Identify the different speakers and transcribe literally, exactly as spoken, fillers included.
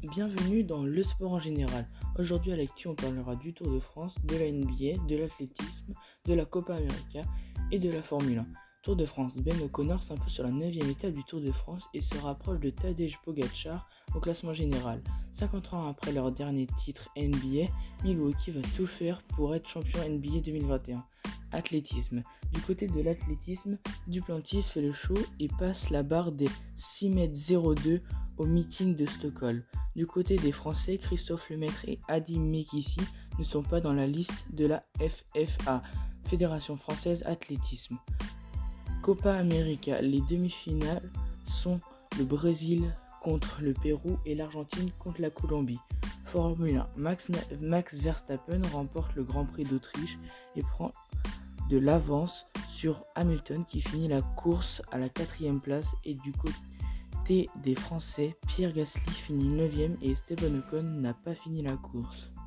Speaker 1: Bienvenue dans Le Sport en général. Aujourd'hui à l'actu, on parlera du Tour de France, de la N B A, de l'athlétisme, de la Copa América et de la Formule un. Tour de France, Ben O'Connor s'impose sur la neuvième étape du Tour de France et se rapproche de Tadej Pogačar au classement général. cinquante ans après leur dernier titre N B A, Milwaukee va tout faire pour être champion N B A deux mille vingt et un. Athlétisme. Du côté de l'athlétisme, Duplantis fait le show et passe la barre des six mètres zéro deux au meeting de Stockholm. Du côté des Français, Christophe Lemaitre et Adi Mekissi ne sont pas dans la liste de la F F A, Fédération Française Athlétisme. Copa América, les demi-finales sont le Brésil contre le Pérou et l'Argentine contre la Colombie. Formule un, Max, Max Verstappen remporte le Grand Prix d'Autriche et prend de l'avance sur Hamilton qui finit la course à la quatrième place, et du côté des Français, Pierre Gasly finit neuvième et Esteban Ocon n'a pas fini la course.